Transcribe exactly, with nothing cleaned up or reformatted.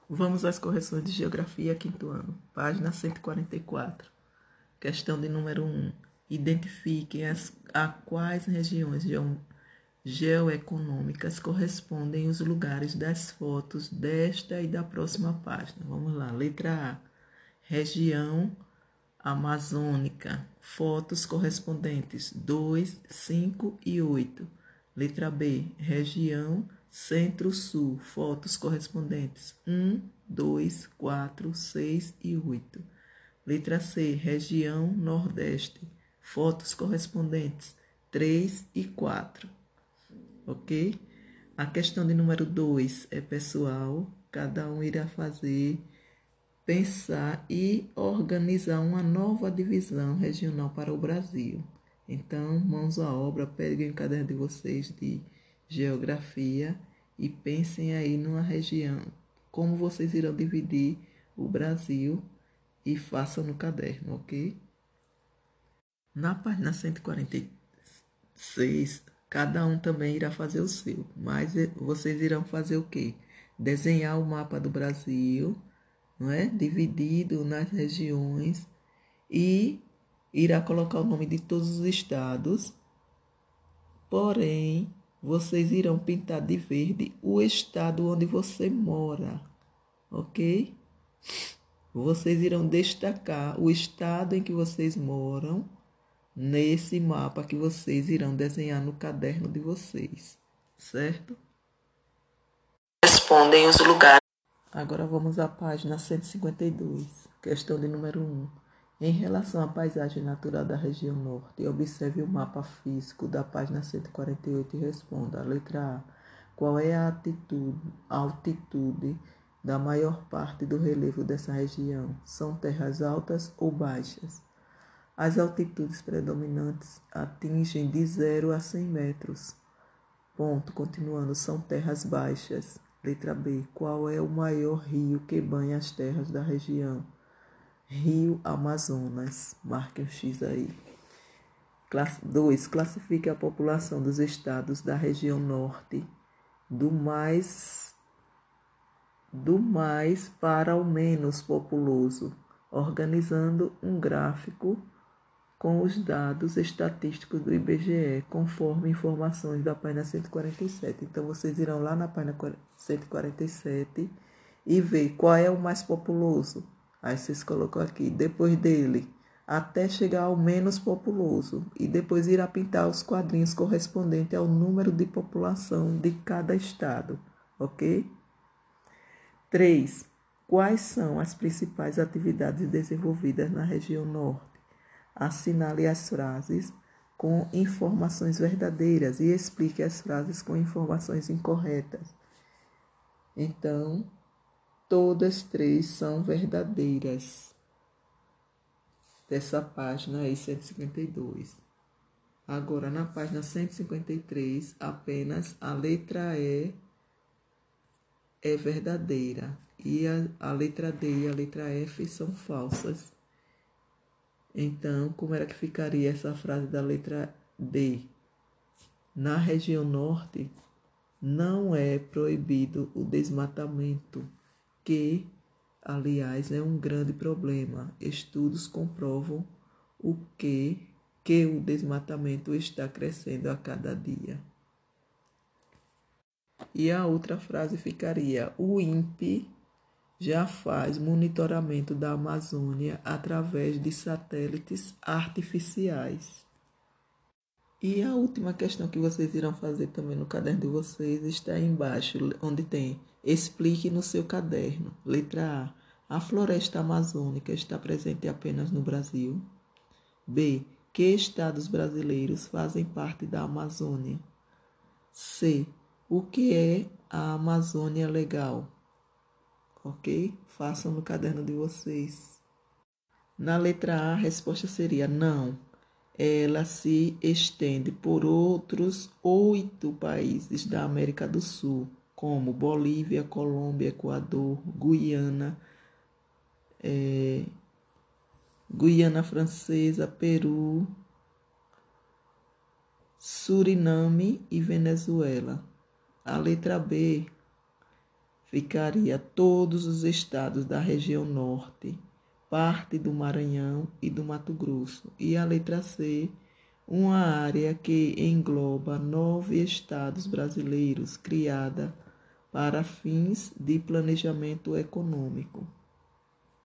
Vamos às correções de geografia, quinto ano, página cento e quarenta e quatro. Questão de número um. Identifiquem as, a quais regiões geo, geoeconômicas correspondem os lugares das fotos desta e da próxima página. Vamos lá. Letra A. Região amazônica. Fotos correspondentes dois, cinco e oito. Letra B. Região Centro-Sul. Fotos correspondentes um, dois, quatro, seis e oito. Letra C. Região Nordeste. Fotos correspondentes três e quatro. Ok? A questão de número dois é pessoal. Cada um irá fazer, pensar e organizar uma nova divisão regional para o Brasil. Então, mãos à obra, peguem o caderno de vocês de geografia e pensem aí numa região, como vocês irão dividir o Brasil e façam no caderno, ok? Na página cento e quarenta e seis, cada um também irá fazer o seu, mas vocês irão fazer o quê? Desenhar o mapa do Brasil, não é? Dividido nas regiões e irá colocar o nome de todos os estados, porém, vocês irão pintar de verde o estado onde você mora, ok? Vocês irão destacar o estado em que vocês moram nesse mapa que vocês irão desenhar no caderno de vocês, certo? Respondem os lugares. Agora vamos à página cento e cinquenta e dois, questão de número um. Em relação à paisagem natural da região norte, observe o mapa físico da página cento e quarenta e oito e responda. A letra A. Qual é a altitude, a altitude da maior parte do relevo dessa região? São terras altas ou baixas? As altitudes predominantes atingem de zero a cem metros. Ponto. Continuando, são terras baixas. Letra B. Qual é o maior rio que banha as terras da região? Rio Amazonas. Marque um X aí. dois. Classifique a população dos estados da região norte do mais, do mais para o menos populoso, organizando um gráfico com os dados estatísticos do I B G E, conforme informações da página cento e quarenta e sete. Então, vocês irão lá na página cento e quarenta e sete e ver qual é o mais populoso. Aí vocês colocam aqui, depois dele, até chegar ao menos populoso. E depois irá pintar os quadrinhos correspondentes ao número de população de cada estado, ok? três. Quais são as principais atividades desenvolvidas na região norte? Assinale as frases com informações verdadeiras e explique as frases com informações incorretas. Então, todas três são verdadeiras. Dessa página aí, cento e cinquenta e dois. Agora, na página cento e cinquenta e três, apenas a letra E é verdadeira e a, a letra D e a letra F são falsas. Então, como era que ficaria essa frase da letra D? Na região norte, não é proibido o desmatamento, que, aliás, é um grande problema. Estudos comprovam o que, que o desmatamento está crescendo a cada dia. E a outra frase ficaria: o INPE já faz monitoramento da Amazônia através de satélites artificiais. E a última questão que vocês irão fazer também no caderno de vocês está aí embaixo, onde tem explique no seu caderno. Letra A. A floresta amazônica está presente apenas no Brasil. B. Que estados brasileiros fazem parte da Amazônia? C. O que é a Amazônia Legal? Ok? Façam no caderno de vocês. Na letra A, a resposta seria não. Ela se estende por outros oito países da América do Sul, como Bolívia, Colômbia, Equador, Guiana, é, Guiana Francesa, Peru, Suriname e Venezuela. A letra B ficaria todos os estados da região norte, parte do Maranhão e do Mato Grosso. E a letra C, uma área que engloba nove estados brasileiros, criada para fins de planejamento econômico.